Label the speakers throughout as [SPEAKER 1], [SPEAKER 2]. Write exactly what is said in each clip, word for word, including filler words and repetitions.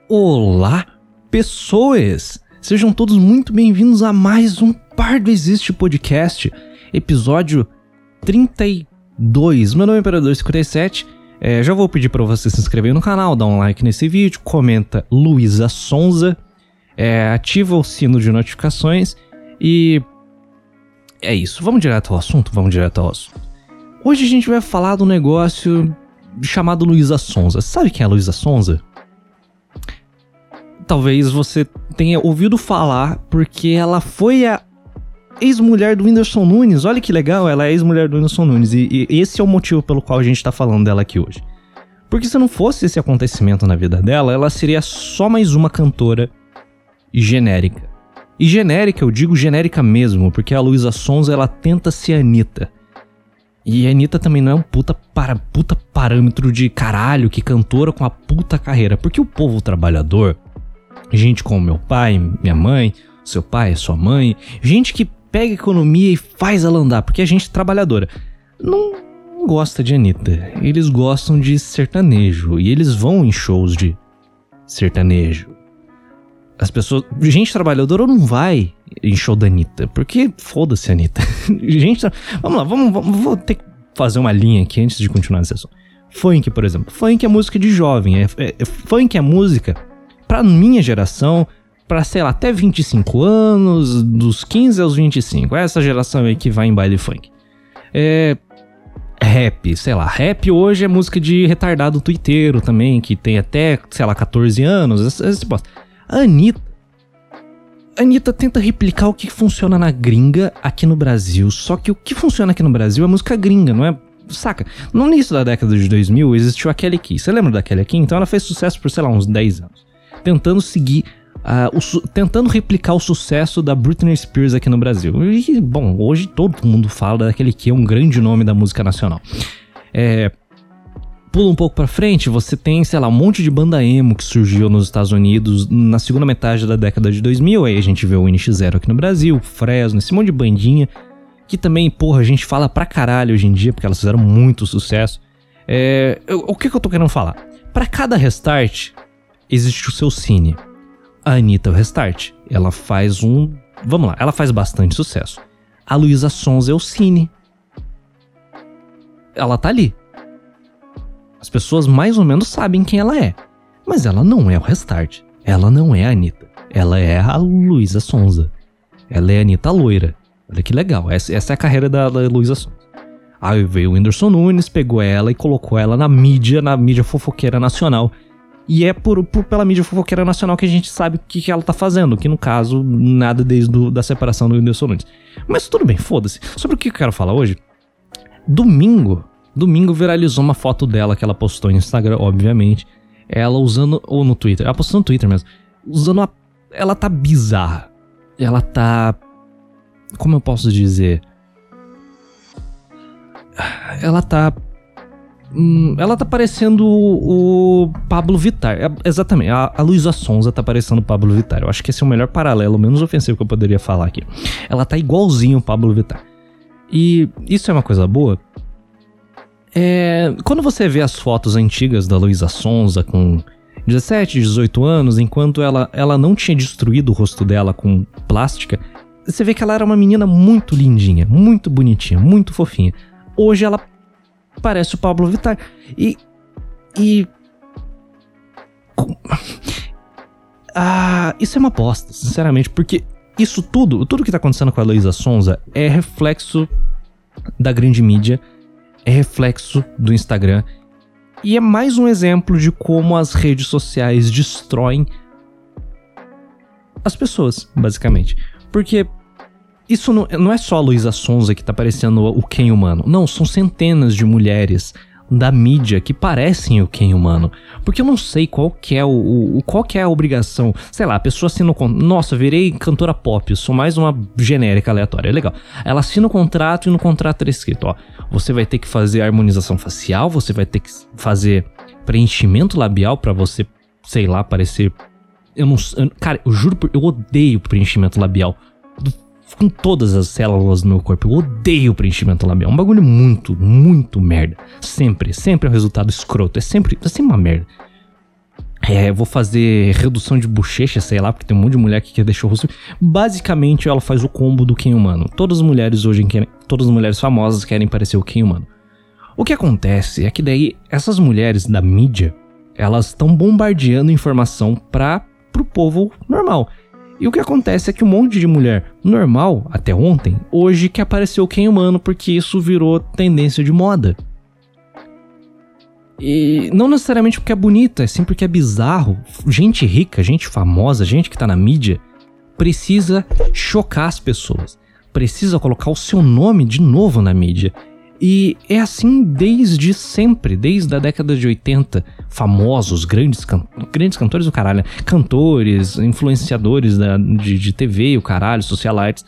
[SPEAKER 1] Olá, pessoas! Sejam todos muito bem-vindos a mais um Pardo Existe Podcast, episódio trinta e dois. Meu nome é Imperador cinquenta e sete. É, já vou pedir para você se inscrever no canal, dar um like nesse vídeo, comenta Luísa Sonza, é, ativa o sino de notificações e é isso. Vamos direto ao assunto? Vamos direto ao assunto. Hoje a gente vai falar do negócio chamado Luísa Sonza. Sabe quem é a Luísa Sonza? Talvez você tenha ouvido falar porque ela foi a ex-mulher do Whindersson Nunes. Olha que legal, ela é ex-mulher do Whindersson Nunes. E, e esse é o motivo pelo qual a gente tá falando dela aqui hoje. Porque se não fosse esse acontecimento na vida dela, ela seria só mais uma cantora genérica. E genérica, eu digo genérica mesmo, porque a Luísa Sonza, ela tenta ser a Anitta. E a Anitta também não é um puta, para, puta parâmetro de caralho, que cantora com a puta carreira. Porque o povo trabalhador, gente como meu pai, minha mãe, seu pai, sua mãe, gente que pega a economia e faz ela andar, porque a gente trabalhadora não gosta de Anitta. Eles gostam de sertanejo e eles vão em shows de sertanejo. As pessoas, gente trabalhadora não vai em show da Anitta, porque foda-se a Anitta. Gente, vamos lá, vamos, vamos, vou ter que fazer uma linha aqui antes de continuar nessa sessão. Funk, por exemplo. Funk é música de jovem. É, é, é, funk é música pra minha geração, pra, sei lá, até vinte e cinco anos, dos quinze aos vinte e cinco. É essa geração aí que vai em baile funk. É... Rap, sei lá. Rap hoje é música de retardado tuiteiro também, que tem até, sei lá, catorze anos. Essa, essa bosta. A Anitta, a Anitta tenta replicar o que funciona na gringa aqui no Brasil. Só que o que funciona aqui no Brasil é música gringa, não é? Saca? No início da década de dois mil existiu a Kelly Key. Você lembra da Kelly Key? Então ela fez sucesso por, sei lá, uns dez anos. Tentando seguir, uh, o su- tentando replicar o sucesso da Britney Spears aqui no Brasil. E, bom, hoje todo mundo fala daquele que é um grande nome da música nacional. É... Pula um pouco pra frente, você tem, sei lá, um monte de banda emo que surgiu nos Estados Unidos na segunda metade da década de dois mil. Aí a gente vê o N X Zero aqui no Brasil, Fresno, esse monte de bandinha que também, porra, a gente fala pra caralho hoje em dia, porque elas fizeram muito sucesso. É... Eu, o que que eu tô querendo falar? Pra cada restart, existe o seu cine. A Anitta é o restart. Ela faz um... Vamos lá, ela faz bastante sucesso. A Luísa Sonza é o cine. Ela tá ali. As pessoas mais ou menos sabem quem ela é. Mas ela não é o restart. Ela não é a Anitta. Ela é a Luísa Sonza. Ela é a Anitta loira. Olha que legal. Essa, essa é a carreira da, da Luísa Sonza. Aí veio o Whindersson Nunes, pegou ela e colocou ela na mídia, na mídia fofoqueira nacional. E é por, por, pela mídia fofoqueira nacional que a gente sabe o que, que ela tá fazendo. Que no caso, nada desde do, da separação do Whindersson Nunes. Mas tudo bem, foda-se. Sobre o que eu quero falar hoje? Domingo... Domingo viralizou uma foto dela que ela postou no Instagram, obviamente. Ela usando... Ou no Twitter. Ela postou no Twitter mesmo. Usando uma... Ela tá bizarra. Ela tá... Como eu posso dizer? Ela tá... Hum, ela tá parecendo o, o Pablo Vittar. É, exatamente. A, a Luísa Sonza tá parecendo o Pablo Vittar. Eu acho que esse é o melhor paralelo, menos ofensivo que eu poderia falar aqui. Ela tá igualzinho o Pablo Vittar. E isso é uma coisa boa... É, quando você vê as fotos antigas da Luísa Sonza com dezessete, dezoito anos, enquanto ela, ela não tinha destruído o rosto dela com plástica, você vê que ela era uma menina muito lindinha, muito bonitinha, muito fofinha. Hoje ela parece o Pablo Vittar. E... E... Ah, isso é uma bosta, sinceramente, porque isso tudo, tudo que tá acontecendo com a Luísa Sonza é reflexo da grande mídia, é reflexo do Instagram e é mais um exemplo de como as redes sociais destroem as pessoas, basicamente. Porque isso não, não é só a Luísa Sonza que tá parecendo o Ken humano. Não, são centenas de mulheres da mídia que parecem o Ken humano. Porque eu não sei qual que é o, o qual que é a obrigação. Sei lá, a pessoa assina o contrato. Nossa, virei cantora pop, eu sou mais uma genérica aleatória. É legal. Ela assina o contrato e no contrato é escrito, ó, você vai ter que fazer harmonização facial, você vai ter que fazer preenchimento labial pra você, sei lá, parecer... Eu não... Eu, cara, eu juro, eu odeio preenchimento labial. Com todas as células do meu corpo. Eu odeio preenchimento labial. É um bagulho muito, muito merda. Sempre, sempre é um resultado escroto. É sempre, é sempre uma merda. É, vou fazer redução de bochecha, sei lá, porque tem um monte de mulher que quer deixar o rosto. Basicamente, ela faz o combo do Ken humano. Todas as mulheres hoje, querem, todas as mulheres famosas querem parecer o Ken humano. O que acontece é que daí, essas mulheres da mídia, elas estão bombardeando informação para pro povo normal. E o que acontece é que um monte de mulher normal, até ontem, hoje quer parecer o Ken humano, porque isso virou tendência de moda. E não necessariamente porque é bonita, é sim porque é bizarro. Gente rica, gente famosa, gente que tá na mídia, precisa chocar as pessoas. Precisa colocar o seu nome de novo na mídia. E é assim desde sempre, desde a década de oitenta. Famosos, grandes, can- grandes cantores do caralho, né? Cantores, influenciadores da, de, de T V, o caralho, socialites,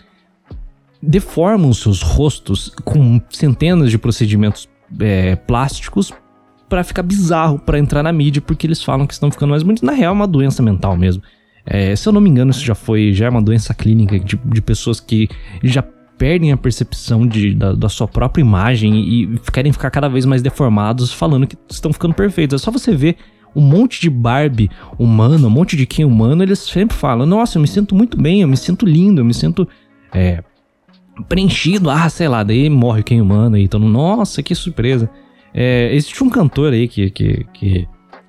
[SPEAKER 1] deformam seus rostos com centenas de procedimentos é, plásticos pra ficar bizarro, pra entrar na mídia, porque eles falam que estão ficando mais bonitos. Na real, é uma doença mental mesmo. É, se eu não me engano, isso já foi, já é uma doença clínica de, de pessoas que já perdem a percepção de, da, da sua própria imagem e, e querem ficar cada vez mais deformados, falando que estão ficando perfeitos. É só você ver um monte de Barbie humana, um monte de Ken humano, eles sempre falam, nossa, eu me sinto muito bem, eu me sinto lindo, eu me sinto é, preenchido, ah, sei lá, daí morre o Ken humano e então, nossa, que surpresa. É, existe um cantor aí que que, que,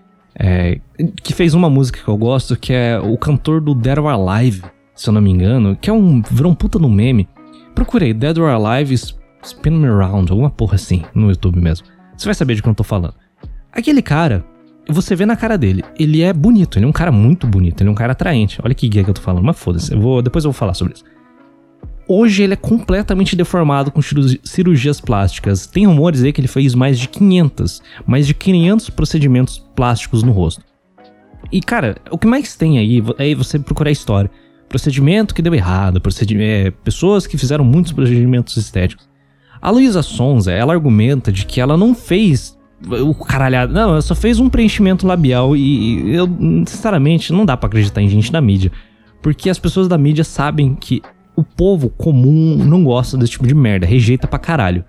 [SPEAKER 1] é, que fez uma música que eu gosto, que é o cantor do Dead or Alive, se eu não me engano, que é um, virou um puta no meme. Procurei Dead or Alive Spin Me Around, alguma porra assim, no YouTube mesmo. Você vai saber de quem eu tô falando. Aquele cara, você vê na cara dele, ele é bonito, ele é um cara muito bonito, ele é um cara atraente. Olha que guia que eu tô falando, mas foda-se, eu vou, depois eu vou falar sobre isso. Hoje ele é completamente deformado com cirurgias plásticas. Tem rumores aí que ele fez mais de quinhentos, mais de quinhentos procedimentos plásticos no rosto. E cara, o que mais tem aí é você procurar a história. Procedimento que deu errado, procedimento, é, pessoas que fizeram muitos procedimentos estéticos. A Luísa Sonza, ela argumenta de que ela não fez o caralhado, não, ela só fez um preenchimento labial e, e eu, sinceramente, não dá pra acreditar em gente da mídia. Porque as pessoas da mídia sabem que o povo comum não gosta desse tipo de merda, rejeita pra caralho.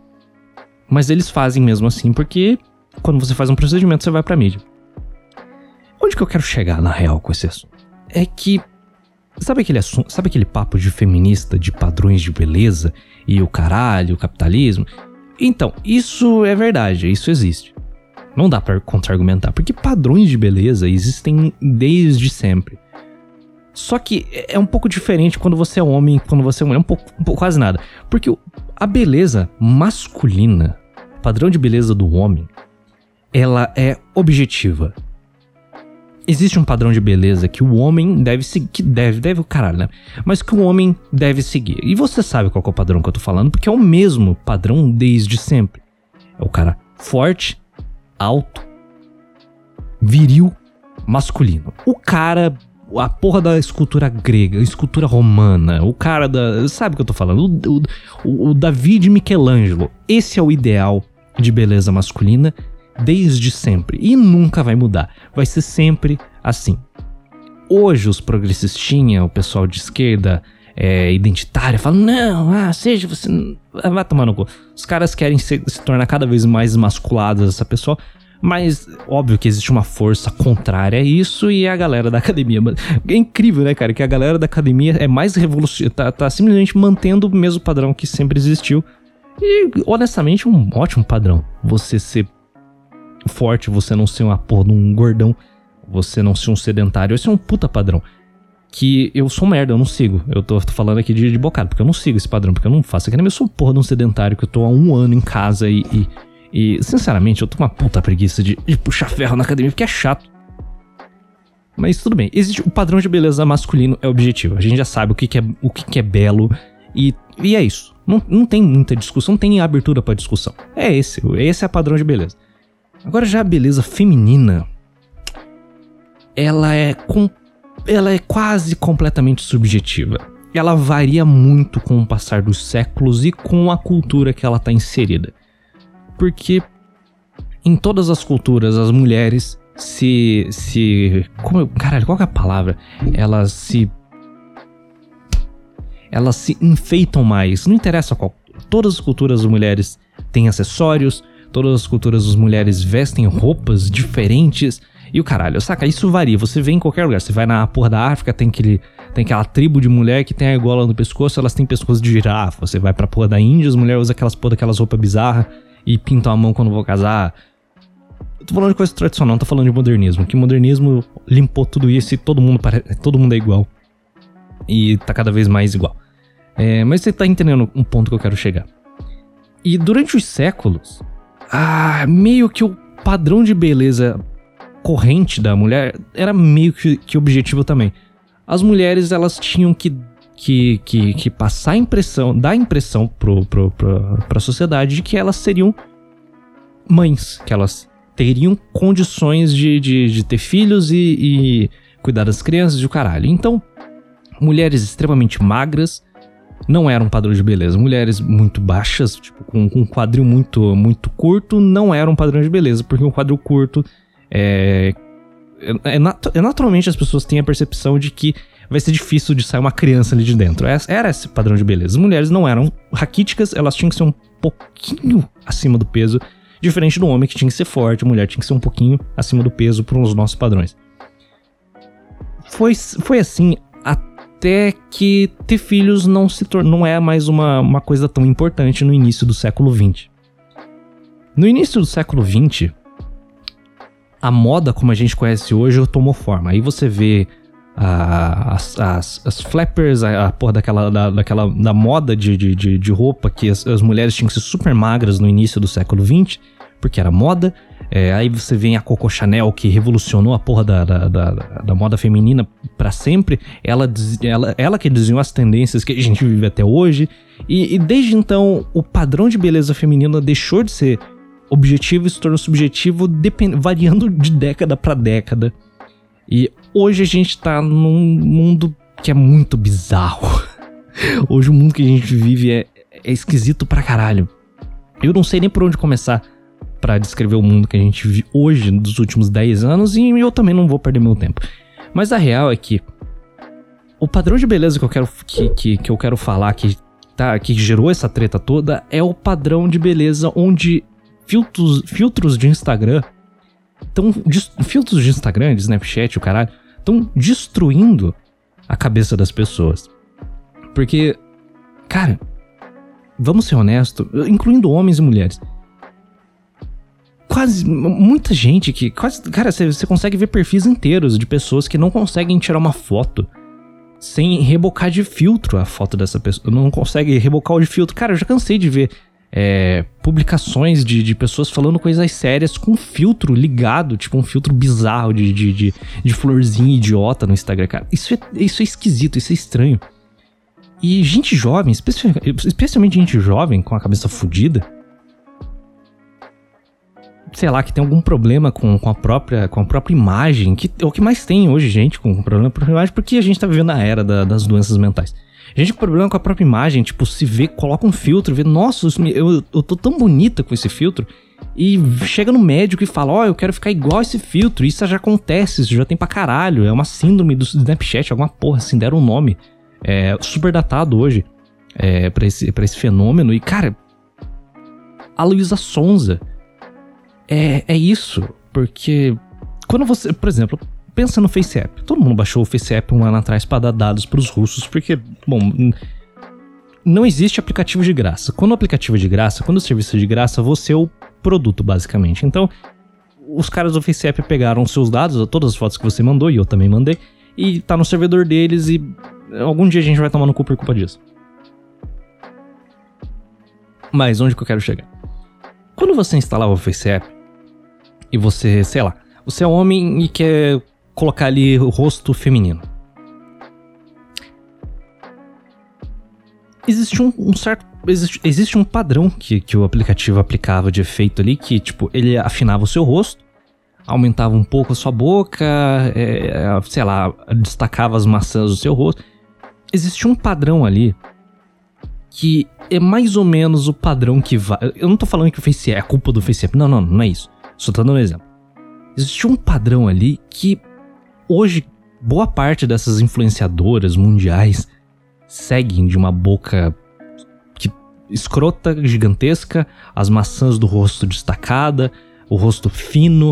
[SPEAKER 1] Mas eles fazem mesmo assim, porque quando você faz um procedimento, você vai pra mídia. Onde que eu quero chegar, na real, com esse assunto? É que, sabe aquele, assunto, sabe aquele papo de feminista, de padrões de beleza, e o caralho, o capitalismo? Então, isso é verdade, isso existe. Não dá pra contra-argumentar, porque padrões de beleza existem desde sempre. Só que é um pouco diferente quando você é homem e quando você é mulher, um pouco, um pouco, quase nada. Porque a beleza masculina, o padrão de beleza do homem, ela é objetiva. Existe um padrão de beleza que o homem deve seguir, que deve, deve o caralho, né? Mas que o homem deve seguir. E você sabe qual que é o padrão que eu tô falando, porque é o mesmo padrão desde sempre. É o cara forte, alto, viril, masculino. O cara... a porra da escultura grega, escultura romana, o cara da... sabe o que eu tô falando? O, o, o Davi de Michelangelo. Esse é o ideal de beleza masculina desde sempre. E nunca vai mudar. Vai ser sempre assim. Hoje os progressistinhas, o pessoal de esquerda é, identitária, falam, não, ah, seja você... vai tomar no cu. Os caras querem se, se tornar cada vez mais masculados essa pessoa. Mas, óbvio que existe uma força contrária a isso e a galera da academia. É incrível, né, cara? Que a galera da academia é mais revolucionária, tá, tá simplesmente mantendo o mesmo padrão que sempre existiu. E, honestamente, um ótimo padrão. Você ser forte, você não ser uma porra de um gordão, você não ser um sedentário. Esse é um puta padrão. Que eu sou merda, eu não sigo. Eu tô, tô falando aqui de, de bocado, porque eu não sigo esse padrão, porque eu não faço. Eu sou porra de um sedentário que eu tô há um ano em casa e... e E, sinceramente, eu tô com uma puta preguiça de, de puxar ferro na academia, porque é chato. Mas tudo bem, existe o padrão de beleza masculino é objetivo. A gente já sabe o que, que, é, o que, que é belo e, e é isso. Não, não tem muita discussão, não tem abertura pra discussão. É esse, esse é o padrão de beleza. Agora já a beleza feminina, ela é, com, ela é quase completamente subjetiva. Ela varia muito com o passar dos séculos e com a cultura que ela tá inserida. Porque em todas as culturas as mulheres se... se como, caralho, qual que é a palavra? Elas se... Elas se enfeitam mais. Não interessa qual. Todas as culturas as mulheres têm acessórios. Todas as culturas as mulheres vestem roupas diferentes. E o caralho, saca? Isso varia, você vê em qualquer lugar. Você vai na porra da África, tem aquele... Tem aquela tribo de mulher que tem a argola no pescoço, elas têm pescoço de girafa. Você vai pra porra da Índia, as mulheres usam aquelas porra daquelas roupas bizarras e pintam a mão quando vão casar. Eu tô falando de coisa tradicional, não tô falando de modernismo. Que modernismo limpou tudo isso e todo mundo, pare... todo mundo é igual. E tá cada vez mais igual. É, mas você tá entendendo um ponto que eu quero chegar. E durante os séculos, ah, meio que o padrão de beleza corrente da mulher era meio que, que objetivo também. As mulheres, elas tinham que, que, que, que passar a impressão, dar a impressão pro, pro, pro, pra sociedade de que elas seriam mães, que elas teriam condições de, de, de ter filhos e, e cuidar das crianças e o caralho. Então, mulheres extremamente magras não eram um padrão de beleza. Mulheres muito baixas, tipo, com, com um quadril muito, muito curto, não eram um padrão de beleza, porque um quadril curto é... É, nat- é naturalmente as pessoas têm a percepção de que vai ser difícil de sair uma criança ali de dentro. Era esse padrão de beleza. As mulheres não eram raquíticas, elas tinham que ser um pouquinho acima do peso, diferente do homem que tinha que ser forte, a mulher tinha que ser um pouquinho acima do peso para os nossos padrões. Foi, foi assim até que ter filhos não, se tor- não é mais uma, uma coisa tão importante no início do século vinte. No início do século vinte... a moda como a gente conhece hoje tomou forma. Aí você vê uh, as, as, as flappers, a, a porra daquela, da, daquela da moda de, de, de roupa que as, as mulheres tinham que ser super magras no início do século vinte, porque era moda. É, aí você vê a Coco Chanel, que revolucionou a porra da, da, da, da moda feminina pra sempre. Ela, ela, ela que desenhou as tendências que a gente vive até hoje. E, e desde então, o padrão de beleza feminina deixou de ser objetivo e se tornou subjetivo, depend... variando de década pra década. E hoje a gente tá num mundo que é muito bizarro. Hoje o mundo que a gente vive é, é esquisito pra caralho. Eu não sei nem por onde começar pra descrever o mundo que a gente vive hoje, nos últimos dez anos, e eu também não vou perder meu tempo. Mas a real é que o padrão de beleza que eu quero, que, que, que eu quero falar, que, tá, que gerou essa treta toda, é o padrão de beleza onde Filtros, filtros de Instagram tão, filtros de Instagram, de Snapchat, o caralho, estão destruindo a cabeça das pessoas. Porque, cara, vamos ser honestos, incluindo homens e mulheres, quase, muita gente que, quase, cara, você, você consegue ver perfis inteiros de pessoas que não conseguem tirar uma foto sem rebocar de filtro a foto dessa pessoa, não consegue rebocar de filtro. Cara, eu já cansei de ver É, publicações de, de pessoas falando coisas sérias com filtro ligado, tipo um filtro bizarro de, de, de, de florzinha idiota no Instagram, cara. Isso é, isso é esquisito, isso é estranho. E gente jovem, especi- especialmente gente jovem com a cabeça fodida, sei lá, que tem algum problema com, com, a, própria, com a própria imagem, que é o que mais tem hoje, gente com problema com a própria imagem, porque a gente tá vivendo a era da, das doenças mentais. Gente com problema com a própria imagem, tipo, se vê, coloca um filtro, vê, nossa, eu, eu tô tão bonita com esse filtro, e chega no médico e fala, ó, oh, eu quero ficar igual a esse filtro, isso já acontece, isso já tem pra caralho, é uma síndrome do Snapchat, alguma porra, assim, deram um nome, é super datado hoje, é, pra, esse, pra esse fenômeno, e cara, a Luísa Sonza, é, é isso, porque quando você, por exemplo, pensa no FaceApp. Todo mundo baixou o FaceApp um ano atrás para dar dados pros russos, porque, bom, não existe aplicativo de graça. Quando o aplicativo é de graça, quando o serviço é de graça, você é o produto, basicamente. Então, os caras do FaceApp pegaram seus dados, todas as fotos que você mandou, e eu também mandei, e tá no servidor deles, e algum dia a gente vai tomar no cu por culpa disso. Mas onde que eu quero chegar? Quando você instalava o FaceApp, e você, sei lá, você é homem e quer colocar ali o rosto feminino. Existe um, um certo... Existe, existe um padrão que, que o aplicativo aplicava de efeito ali, que, tipo, ele afinava o seu rosto, aumentava um pouco a sua boca, é, sei lá, destacava as maçãs do seu rosto. Existe um padrão ali que é mais ou menos o padrão que vai... Eu não tô falando que o FaceApp é a culpa do FaceApp, não, não, não é isso. Só tô dando um exemplo. Existe um padrão ali que hoje boa parte dessas influenciadoras mundiais seguem, de uma boca que, escrota, gigantesca, as maçãs do rosto destacada, o rosto fino,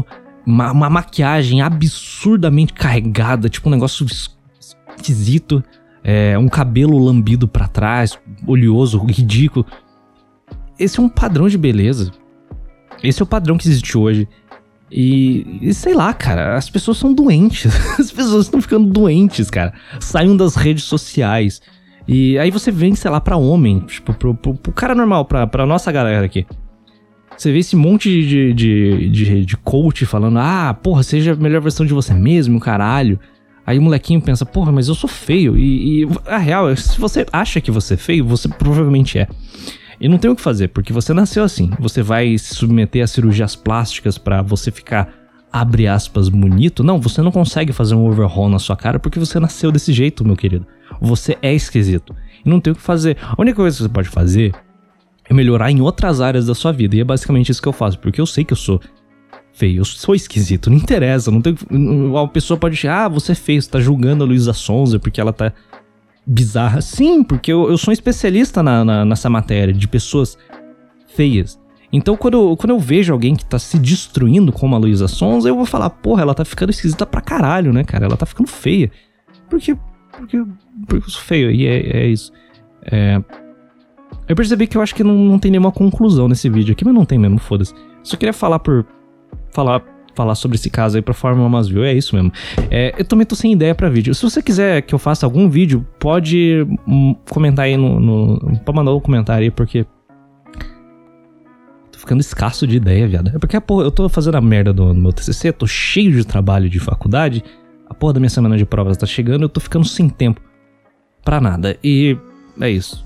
[SPEAKER 1] uma, uma maquiagem absurdamente carregada, tipo um negócio esquisito, é, um cabelo lambido pra trás, oleoso, ridículo. Esse é um padrão de beleza. Esse é o padrão que existe hoje. E, e sei lá, cara, as pessoas são doentes. As pessoas estão ficando doentes, cara. Saiam das redes sociais. E aí você vem, sei lá, pra homem, tipo, pro, pro, pro cara normal, pra, pra nossa galera aqui. Você vê esse monte de, de, de, de coach falando, ah, porra, seja a melhor versão de você mesmo, caralho. Aí o molequinho pensa, porra, mas eu sou feio. E, e a real é, se você acha que você é feio, você provavelmente é. E não tem o que fazer, porque você nasceu assim. Você vai se submeter a cirurgias plásticas pra você ficar, abre aspas, bonito? Não, você não consegue fazer um overhaul na sua cara porque você nasceu desse jeito, meu querido. Você é esquisito. E não tem o que fazer. A única coisa que você pode fazer é melhorar em outras áreas da sua vida. E é basicamente isso que eu faço, porque eu sei que eu sou feio, eu sou esquisito, não interessa. Não tem... A pessoa pode achar, ah, você é feio, você tá julgando a Luísa Sonza porque ela tá bizarra. Sim, porque eu, eu sou um especialista na, na, nessa matéria de pessoas feias. Então quando eu, quando eu vejo alguém que tá se destruindo como a Luísa Sonza, eu vou falar, porra, ela tá ficando esquisita pra caralho, né, cara? Ela tá ficando feia. Porque, porque, porque eu sou feio, e é, é isso. É... Eu percebi que eu acho que não, não tem nenhuma conclusão nesse vídeo aqui, mas não tem mesmo, foda-se. Só queria falar por... Falar... falar sobre esse caso aí pra Fórmula Masville, é isso mesmo. É, eu também tô sem ideia pra vídeo. Se você quiser que eu faça algum vídeo, pode hum, comentar aí no, no... Pode mandar um comentário aí, porque... Tô ficando escasso de ideia, viado. É porque, porra, eu tô fazendo a merda do, do meu T C C, tô cheio de trabalho de faculdade, a porra da minha semana de provas tá chegando, eu tô ficando sem tempo pra nada. E é isso.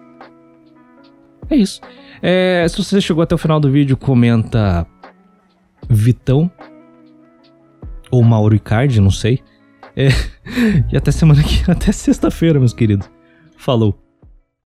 [SPEAKER 1] É isso. É, se você chegou até o final do vídeo, comenta... Vitão ou Mauro Icardi, não sei. É, e até semana que até sexta-feira, meus queridos. Falou.